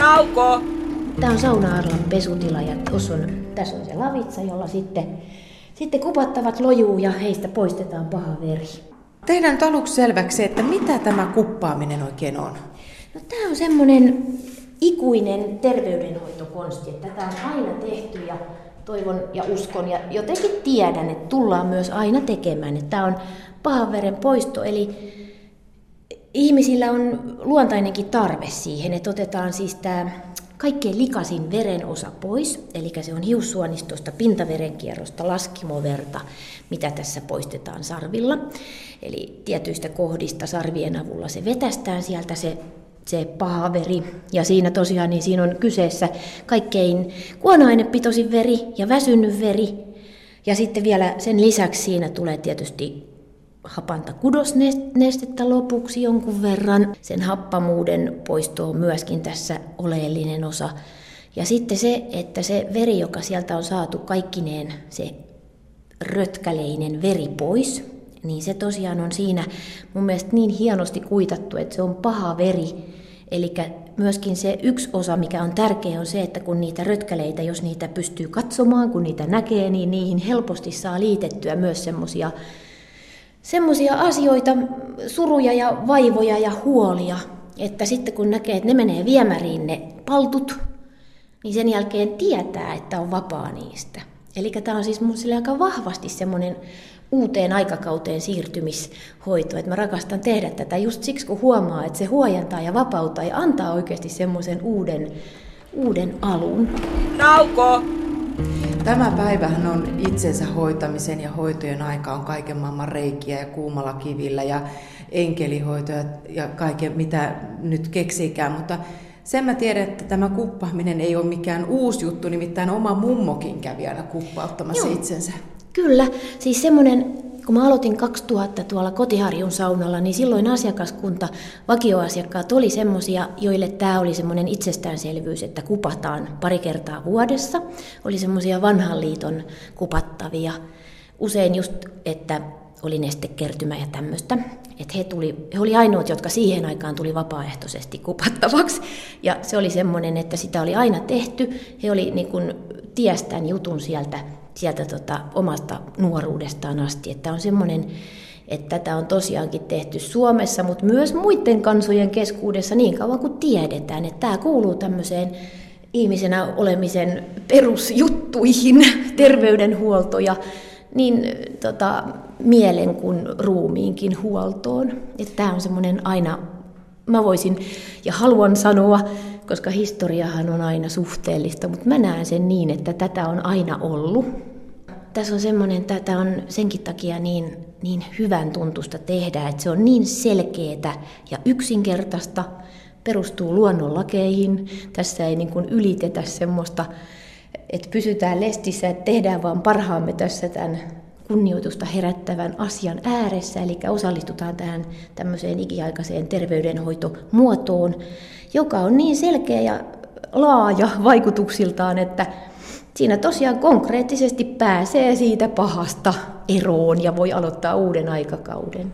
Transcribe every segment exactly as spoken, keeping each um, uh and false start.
Nauko! Tämä on Sauna-Arlan pesutila ja tuossa on, tässä on se lavitsa, jolla sitten, sitten kupattavat lojuu ja heistä poistetaan paha veri. Tehdään nyt aluksi selväksi, että mitä tämä kuppaaminen oikein on? No, tämä on semmoinen ikuinen terveydenhoitokonsti, että tätä on aina tehty ja toivon ja uskon ja jotenkin tiedän, että tullaan myös aina tekemään. Että tämä on pahan veren poisto, eli ihmisillä on luontainenkin tarve siihen, että otetaan siis tämä kaikkein likaisin verenosa pois, eli se on hiussuonistosta, pintaverenkierrosta, laskimoverta, mitä tässä poistetaan sarvilla. Eli tietyistä kohdista sarvien avulla se vetästään sieltä se, se paha veri. Ja siinä tosiaan niin siinä on kyseessä kaikkein kuona-ainepitoisin veri ja väsynyt veri. Ja sitten vielä sen lisäksi siinä tulee tietysti hapanta kudosnestettä lopuksi jonkun verran. Sen happamuuden poisto on myöskin tässä oleellinen osa. Ja sitten se, että se veri, joka sieltä on saatu kaikkineen, se rötkäleinen veri pois, niin se tosiaan on siinä mun mielestä niin hienosti kuitattu, että se on paha veri. Eli myöskin se yksi osa, mikä on tärkeä, on se, että kun niitä rötkäleitä, jos niitä pystyy katsomaan, kun niitä näkee, niin niihin helposti saa liitettyä myös semmoisia Semmoisia asioita, suruja ja vaivoja ja huolia, että sitten kun näkee, että ne menee viemäriin ne paltut, niin sen jälkeen tietää, että on vapaa niistä. Eli tämä on siis mun aika vahvasti semmoinen uuteen aikakauteen siirtymishoito, että mä rakastan tehdä tätä just siksi, kun huomaa, että se huojentaa ja vapauttaa ja antaa oikeasti semmoisen uuden, uuden alun. Nauko! Tämä päivähän on itsensä hoitamisen ja hoitojen aika on kaiken maailman reikiä ja kuumalla kivillä ja enkelihoitoja ja kaiken mitä nyt keksikään, mutta sen mä tiedän, että tämä kuppaaminen ei ole mikään uusi juttu, nimittäin oma mummokin kävi aina kuppauttamassa Joo. itsensä. Kyllä, siis semmoinen, kun mä aloitin kaksituhatta tuolla Kotiharjun saunalla, niin silloin asiakaskunta, vakioasiakkaat oli semmoisia, joille tämä oli semmoinen itsestäänselvyys, että kupataan pari kertaa vuodessa. Oli semmoisia vanhan liiton kupattavia. Usein just, että oli nestekertymä ja tämmöistä. Että he, tuli, he oli ainoat, jotka siihen aikaan tuli vapaaehtoisesti kupattavaksi. Ja se oli semmoinen, että sitä oli aina tehty. He oli niin kuin tiestään jutun sieltä. sieltä tota, omasta nuoruudestaan asti. Että on semmoinen, että tätä on tosiaankin tehty Suomessa, mutta myös muiden kansojen keskuudessa niin kauan kuin tiedetään, että tämä kuuluu tämmöiseen ihmisenä olemisen perusjuttuihin, terveydenhuolto ja niin tota, mielen kuin ruumiinkin huoltoon. Että tämä on semmoinen aina, mä voisin ja haluan sanoa, koska historiahan on aina suhteellista, mutta mä näen sen niin, että tätä on aina ollut. Tässä on semmoinen, että tätä on senkin takia niin, niin hyvän tuntusta tehdä, että se on niin selkeätä ja yksinkertaista, perustuu luonnonlakeihin. Tässä ei niin kuin ylitetä semmoista, että pysytään lestissä, että tehdään vaan parhaamme tässä tämän kunnioitusta herättävän asian ääressä, eli osallistutaan tähän tämmöiseen ikiaikaiseen terveydenhoitomuotoon, joka on niin selkeä ja laaja vaikutuksiltaan, että siinä tosiaan konkreettisesti pääsee siitä pahasta eroon ja voi aloittaa uuden aikakauden.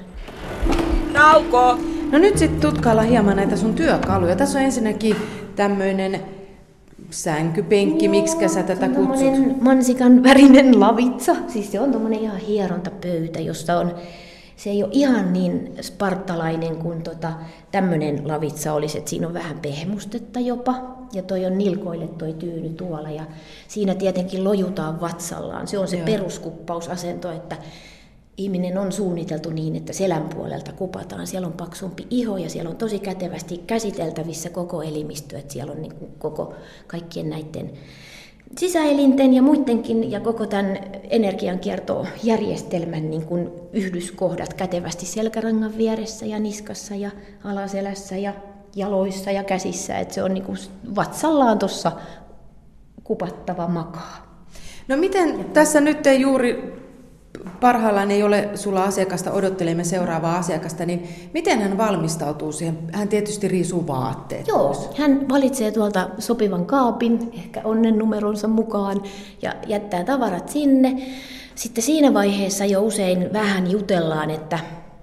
Nauko! No nyt sitten tutkaillaan hieman näitä sun työkaluja. Tässä on ensinnäkin tämmöinen sänkypenkki, miksi sä tätä kutsut? Mansikan värinen lavitsa, siis se on tommonen ihan hierontapöytä, jossa on, se ei ole ihan niin spartalainen kuin tota, tämmöinen lavitsa olisi, että siinä on vähän pehmustetta jopa, ja toi on nilkoille toi tyyny tuolla, ja siinä tietenkin lojutaan vatsallaan. Se on se Joo. peruskuppausasento, että ihminen on suunniteltu niin, että selän puolelta kupataan. Siellä on paksumpi iho ja siellä on tosi kätevästi käsiteltävissä koko elimistö, että siellä on niin kuin koko kaikkien näiden sisäelinten ja muidenkin ja koko tämän energiankiertojärjestelmän niin kuin yhdyskohdat kätevästi selkärangan vieressä ja niskassa ja alaselässä ja jaloissa ja käsissä, että se on niin kuin vatsallaan tuossa kupattava makaa. No miten tässä nyt ei juuri parhaillaan ei ole sulla asiakasta, odottelemme seuraavaa asiakasta, niin miten hän valmistautuu siihen? Hän tietysti riisuu vaatteet. Joo, hän valitsee tuolta sopivan kaapin, ehkä onnen numeronsa mukaan, ja jättää tavarat sinne. Sitten siinä vaiheessa jo usein vähän jutellaan, että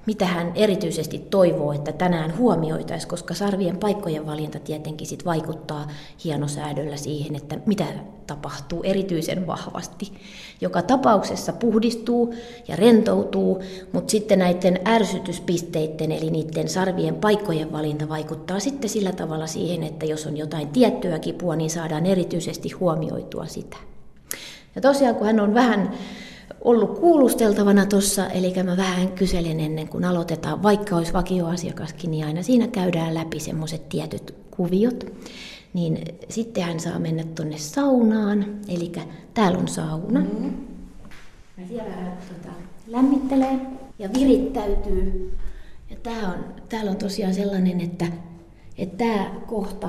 mitä hän erityisesti toivoo, että tänään huomioitaisiin, koska sarvien paikkojen valinta tietenkin sit vaikuttaa hienosäädöllä siihen, että mitä tapahtuu erityisen vahvasti. Joka tapauksessa puhdistuu ja rentoutuu, mutta sitten näiden ärsytyspisteiden eli niiden sarvien paikkojen valinta vaikuttaa sitten sillä tavalla siihen, että jos on jotain tiettyä kipua, niin saadaan erityisesti huomioitua sitä. Ja tosiaan, kun hän on vähän ollut kuulusteltavana tuossa, eli mä vähän kyselen ennen kuin aloitetaan, vaikka olisi vakioasiakaskin, niin aina siinä käydään läpi semmoiset tietyt kuviot. Niin sitten hän saa mennä tuonne saunaan, eli täällä on sauna. Mm. Ja siellä hän tota, lämmittelee ja virittäytyy. Ja tää on, täällä on tosiaan sellainen, että, että tämä kohta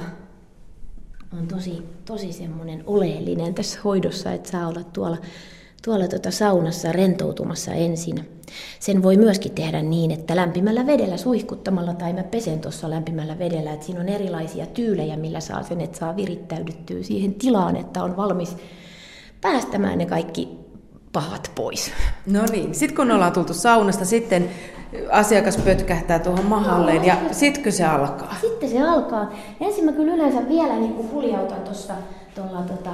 on tosi, tosi semmoinen oleellinen tässä hoidossa, että saa olla tuolla tuolla tuota saunassa rentoutumassa ensin. Sen voi myöskin tehdä niin, että lämpimällä vedellä suihkuttamalla, tai mä pesen tuossa lämpimällä vedellä, että siinä on erilaisia tyylejä, millä saa sen, että saa virittäydyttyä siihen tilaan, että on valmis päästämään ne kaikki pahat pois. No niin, sitten kun ollaan tultu saunasta, sitten asiakas pötkähtää tuohon mahalleen, ja sitkö se alkaa? Sitten se alkaa. Ensin mä kyllä yleensä vielä niin kuin huljautan tuossa tuolla tota,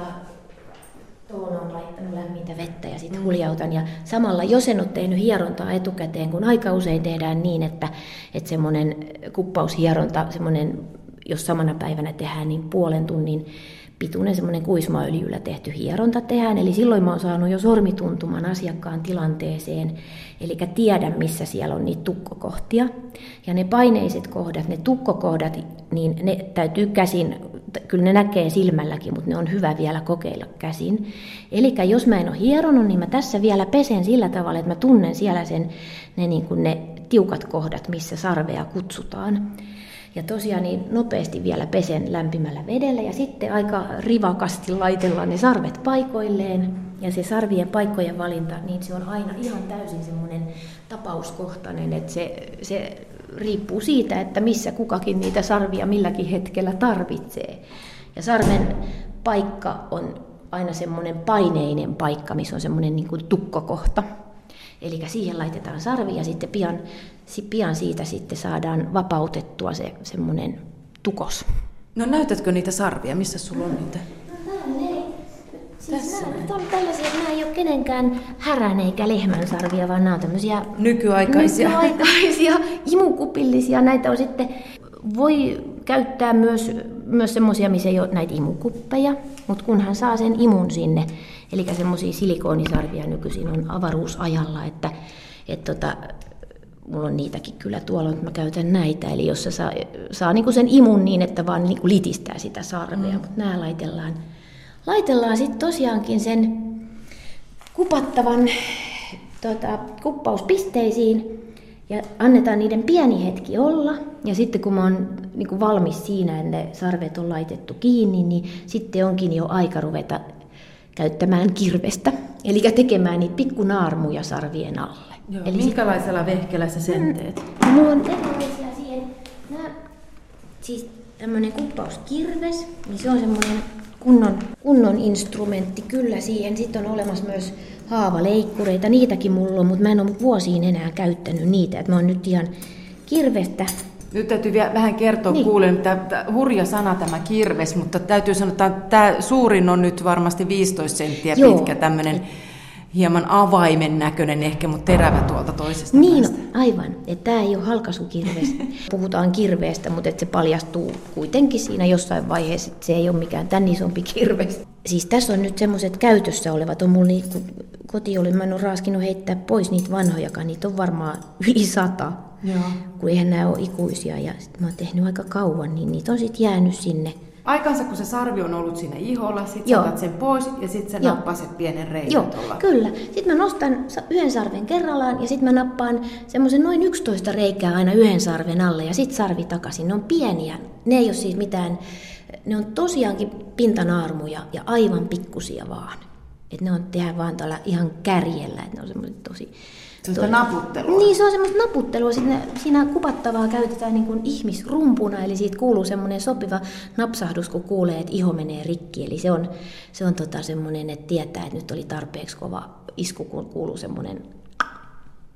tuohon on laittanut lämmintä vettä ja sitten huljautan. Ja samalla, jos en ole tehnyt hierontaa etukäteen, kun aika usein tehdään niin, että, että semmoinen kuppaushieronta, semmoinen, jos samana päivänä tehdään, niin puolen tunnin pituinen semmoinen kuismaöljyllä tehty hieronta tehdään. Eli silloin mä oon saanut jo sormituntuman asiakkaan tilanteeseen, eli tiedän, missä siellä on niitä tukkokohtia. Ja ne paineiset kohdat, ne tukkokohdat, niin ne täytyy käsin, kyllä ne näkee silmälläkin, mutta ne on hyvä vielä kokeilla käsin. Eli jos mä en ole hieronut, niin mä tässä vielä pesen sillä tavalla, että mä tunnen siellä sen, ne, niin kuin ne tiukat kohdat, missä sarvea kutsutaan. Ja tosiaan niin nopeasti vielä pesen lämpimällä vedellä ja sitten aika rivakasti laitellaan ne sarvet paikoilleen. Ja se sarvien paikkojen valinta, niin se on aina ihan täysin semmoinen tapauskohtainen, että se, se riippuu siitä, että missä kukakin niitä sarvia milläkin hetkellä tarvitsee. Ja sarven paikka on aina semmoinen paineinen paikka, missä on semmoinen niin kuin tukkokohta. Eli siihen laitetaan sarvi ja sitten pian, pian siitä sitten saadaan vapautettua se semmoinen tukos. No näytätkö niitä sarvia? Missä sulla on niitä? No nämä ne, siis nämä on tällaisia, että nämä ei ole kenenkään härän eikä lehmän sarvia, vaan nämä on tämmöisiä nykyaikaisia, nykyaikaisia imukupillisia. Näitä on sitten, voi käyttää myös, myös semmoisia, missä ei ole näitä imukuppeja, mutta kunhan saa sen imun sinne. Eli semmoisia silikoonisarvia nykyisin on avaruusajalla, että et tota, mulla on niitäkin kyllä tuolla, mutta mä käytän näitä. Eli jos se saa, saa niinku sen imun niin, että vaan niinku litistää sitä sarvea, mm. mutta nämä laitellaan, laitellaan sitten tosiaankin sen kupattavan tota, kuppauspisteisiin ja annetaan niiden pieni hetki olla. Ja sitten kun mä oon niinku valmis siinä, että ne sarvet on laitettu kiinni, niin sitten onkin jo aika ruveta käyttämään kirvestä, eli tekemään niitä pikkunaarmuja sarvien alle. Joo, eli minkälaisella vehkellä sä sen teet? No, mulla on erilaisia siihen, nää, siis tämmönen kuppauskirves, niin se on semmoinen kunnon, kunnon instrumentti kyllä siihen. Sitten on olemassa myös haavaleikkureita, niitäkin mulla on, mutta mä en ole vuosiin enää käyttänyt niitä. Et mä oon nyt ihan kirvestä. Nyt täytyy vielä vähän kertoa niin. Kuulen, että hurja sana tämä kirves, mutta täytyy sanoa, että tämä suurin on nyt varmasti viisitoista senttiä Joo. pitkä, tämmöinen hieman avaimen näköinen ehkä, mutta terävä tuolta toisesta Niin, päästä. No, aivan. Tämä ei ole halkaisukirves. Puhutaan kirveestä, mutta se paljastuu kuitenkin siinä jossain vaiheessa, että se ei ole mikään tämän isompi kirves. Siis tässä on nyt semmoiset käytössä olevat, on mulla niin, kun koti oli, mä en ole raaskinut heittää pois niitä vanhojakaan, niitä on varmaan yli sata. Joo. Kun eihän nämä ole ikuisia ja sit mä oon tehnyt aika kauan, niin niitä on sitten jäänyt sinne. Aikansa, kun se sarvi on ollut siinä iholla, sit sä otat sen pois ja sit sä nappaset pienen reiän Joo, tuolla. Kyllä. Sitten mä nostan yhden sarven kerrallaan ja sitten mä nappaan semmoisen noin yksitoista reikää aina yhden sarven alle ja sitten sarvi takaisin. Ne on pieniä. Ne ei ole siis mitään, ne on tosiaankin pintanaarmuja ja aivan pikkusia vaan. Et ne on tehdä vaan tällä ihan kärjellä, että ne on semmoiset tosi... Semmoista naputtelua. Niin, se on semmoista naputtelua. Sitten siinä kupattavaa käytetään niin kuin ihmisrumpuna, eli siitä kuuluu semmoinen sopiva napsahdus, kun kuulee, että iho menee rikki. Eli se on, se on tota semmoinen, että tietää, että nyt oli tarpeeksi kova isku, kun kuuluu semmoinen...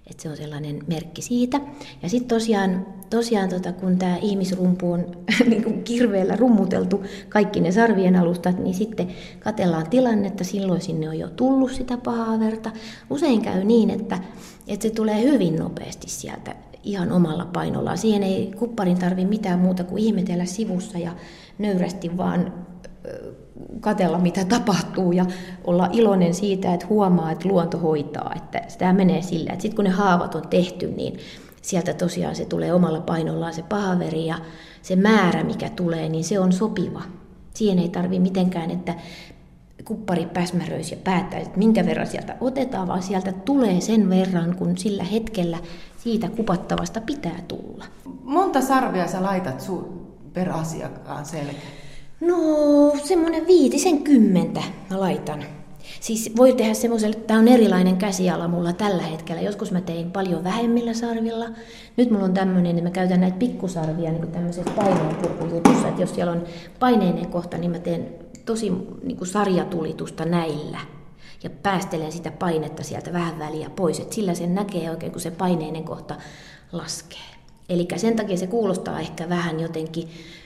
Että se on sellainen merkki siitä. Ja sitten tosiaan, tosiaan tota, kun tämä ihmisrumpu on niin kuin kirveellä rummuteltu kaikki ne sarvien alustat, niin sitten katsellaan tilannetta. Silloin sinne on jo tullut sitä pahaa verta. Usein käy niin, että, että se tulee hyvin nopeasti sieltä ihan omalla painollaan. Siihen ei kupparin tarvitse mitään muuta kuin ihmetellä sivussa ja nöyrästi vaan katsella, mitä tapahtuu ja olla iloinen siitä, että huomaa, että luonto hoitaa. Että sitä menee sillä, että sitten kun ne haavat on tehty, niin sieltä tosiaan se tulee omalla painollaan se pahaveri ja se määrä, mikä tulee, niin se on sopiva. Siihen ei tarvitse mitenkään, että kuppari päsmäröisi ja päättäisi, että minkä verran sieltä otetaan, vaan sieltä tulee sen verran, kun sillä hetkellä siitä kupattavasta pitää tulla. Monta sarvia sä laitat sun per asiakkaan selkään? No, semmoinen viitisen kymmentä mä laitan. Siis voi tehdä semmoiselle, tämä on erilainen käsiala mulla tällä hetkellä. Joskus mä tein paljon vähemmillä sarvilla. Nyt mulla on tämmöinen, että mä käytän näitä pikkusarvia niin kuin tämmöisessä paineenpurkujutussa. Että jos siellä on paineinen kohta, niin mä teen tosi niin kuin sarjatulitusta näillä. Ja päästelen sitä painetta sieltä vähän väliä pois. Että sillä sen näkee oikein, kun se paineinen kohta laskee. Eli sen takia se kuulostaa ehkä vähän jotenkin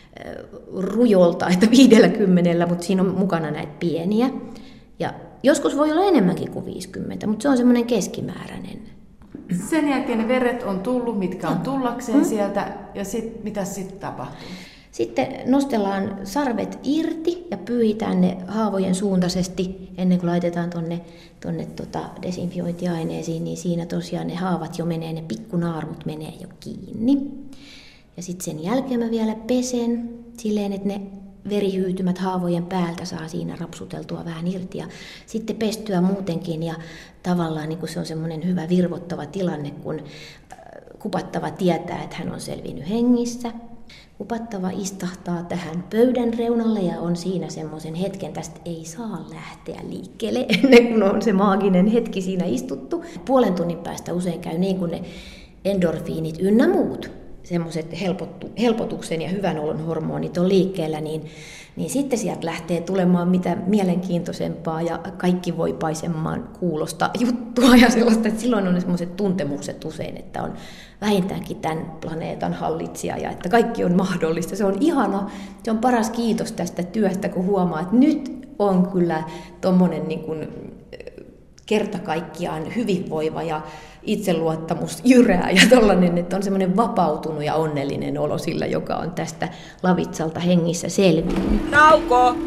rujolta, että viidelläkymmenellä, mutta siinä on mukana näitä pieniä. Ja joskus voi olla enemmänkin kuin viisikymmentä, mutta se on semmoinen keskimääräinen. Sen jälkeen ne veret on tullut, mitkä on tullakseen hmm. sieltä, ja sit, mitä sitten tapahtuu? Sitten nostellaan sarvet irti ja pyyhitään ne haavojen suuntaisesti ennen kuin laitetaan tuonne tonne tota desinfiointiaineisiin, niin siinä tosiaan ne haavat jo menee, ne pikkunaarmut menee jo kiinni. Ja sitten sen jälkeen mä vielä pesen silleen, että ne verihyytymät haavojen päältä saa siinä rapsuteltua vähän irti ja sitten pestyä muutenkin ja tavallaan niin kun se on semmoinen hyvä virvoittava tilanne, kun kupattava tietää, että hän on selvinnyt hengissä. Kupattava istahtaa tähän pöydän reunalle ja on siinä semmoisen hetken, tästä ei saa lähteä liikkeelle ennen kuin on se maaginen hetki siinä istuttu. Puolen tunnin päästä usein käy niin kuin ne endorfiinit ynnä muut. Semmoiset helpotuksen ja hyvän olon hormonit on liikkeellä, niin, niin sitten sieltä lähtee tulemaan mitä mielenkiintoisempaa ja kaikki voi paisemaan kuulosta juttua ja sellaista, että silloin on ne semmoiset tuntemukset usein, että on vähintäänkin tämän planeetan hallitsija ja että kaikki on mahdollista. Se on ihana, se on paras kiitos tästä työstä, kun huomaa, että nyt on kyllä tommonen niin kuin kerta kaikkiaan hyvinvoiva ja itseluottamus jyrää ja tollainen, että on semmoinen vapautunut ja onnellinen olo sillä, joka on tästä lavitsalta hengissä selvinnyt. Nauko!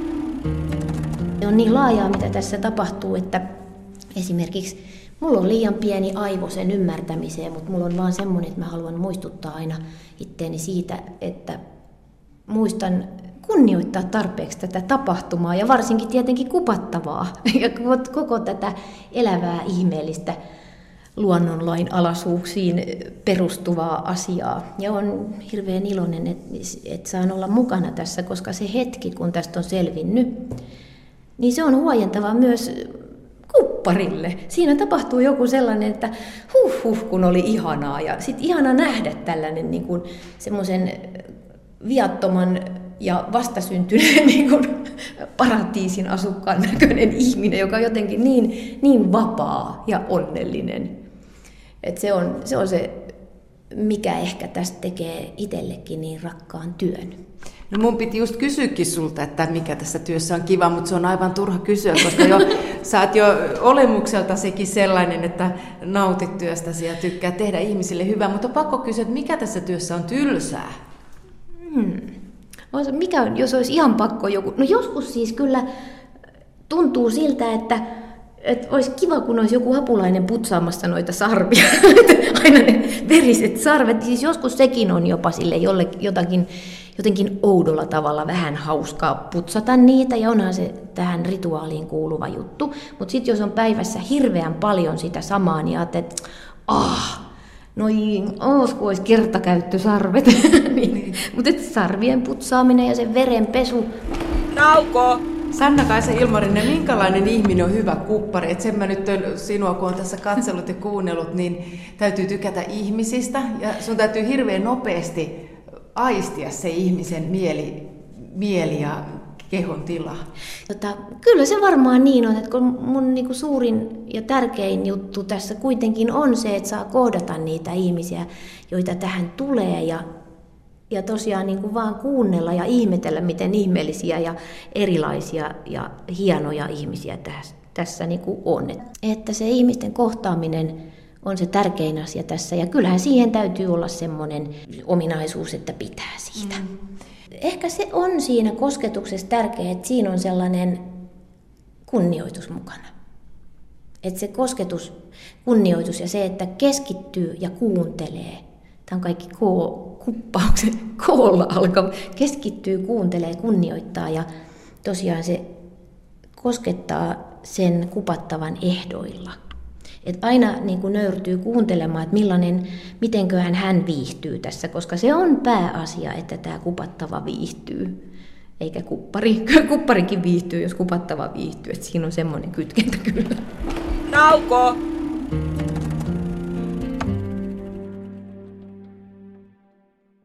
On niin laajaa, mitä tässä tapahtuu, että esimerkiksi mulla on liian pieni aivo sen ymmärtämiseen, mutta mulla on vaan semmoinen, että mä haluan muistuttaa aina itteeni siitä, että muistan kunnioittaa tarpeeksi tätä tapahtumaa ja varsinkin tietenkin kupattavaa ja koko tätä elävää ihmeellistä luonnonlain alaisuuksiin perustuvaa asiaa. Ja olen hirveän iloinen, että et saan olla mukana tässä, koska se hetki, kun tästä on selvinnyt, niin se on huojentava myös kupparille. Siinä tapahtuu joku sellainen, että huh huh, kun oli ihanaa. Ja sitten ihana nähdä tällainen niin kuin semmoisen viattoman ja vastasyntyneen niin kuin paratiisin asukkaan näköinen ihminen, joka on jotenkin niin, niin vapaa ja onnellinen. Et se, on, se on se, mikä ehkä tästä tekee itsellekin niin rakkaan työn. No mun piti just kysyäkin sulta, että mikä tässä työssä on kiva, mutta se on aivan turha kysyä, koska jo, sä oot jo olemukselta sekin sellainen, että nautit työstäsi ja tykkää tehdä ihmisille hyvää, mutta on pakko kysyä, että mikä tässä työssä on tylsää? Hmm. Mikä on, jos olisi ihan pakko joku? No joskus siis kyllä tuntuu siltä, että, että olisi kiva, kun olisi joku apulainen putsaamassa noita sarvia. Aina ne veriset sarvet. Siis joskus sekin on jopa sille jolle, jotakin, jotenkin oudolla tavalla vähän hauskaa putsata niitä. Ja onhan se tähän rituaaliin kuuluva juttu. Mutta sitten jos on päivässä hirveän paljon sitä samaa, niin ajattelee, että ah, noin, olisiko olisi kertakäyttösarvet. niin. Mutta sarvien putsaaminen ja sen veren pesu. Nauko! Sanna-Kaisa Ilmarinen, minkälainen ihminen on hyvä kuppari? Et sen mä nyt sinua, kun olen tässä katsellut ja kuunnellut, niin täytyy tykätä ihmisistä. Ja sun täytyy hirveän nopeasti aistia se ihmisen mieli, mieli ja kehon tila? Tota, kyllä se varmaan niin on, että kun mun niinku suurin ja tärkein juttu tässä kuitenkin on se, että saa kohdata niitä ihmisiä, joita tähän tulee ja, ja tosiaan niinku vaan kuunnella ja ihmetellä, miten ihmeellisiä ja erilaisia ja hienoja ihmisiä tässä, tässä niinku on. Että se ihmisten kohtaaminen on se tärkein asia tässä ja kyllähän siihen täytyy olla semmoinen ominaisuus, että pitää siitä. Mm. Ehkä se on siinä kosketuksessa tärkeää, että siinä on sellainen kunnioitus mukana. Että se kosketus, kunnioitus ja se, että keskittyy ja kuuntelee. Tämä on kaikki ko- kuppaukset, koolla alkaa. Keskittyy, kuuntelee, kunnioittaa ja tosiaan se koskettaa sen kupattavan ehdoilla. Että aina niin kuin nöyrtyy kuuntelemaan, että millainen, mitenköhän hän viihtyy tässä, koska se on pääasia, että tämä kupattava viihtyy. Eikä kuppari. Kupparikin viihtyy, jos kupattava viihtyy. Että siinä on semmoinen kytkentä kyllä. Nauko!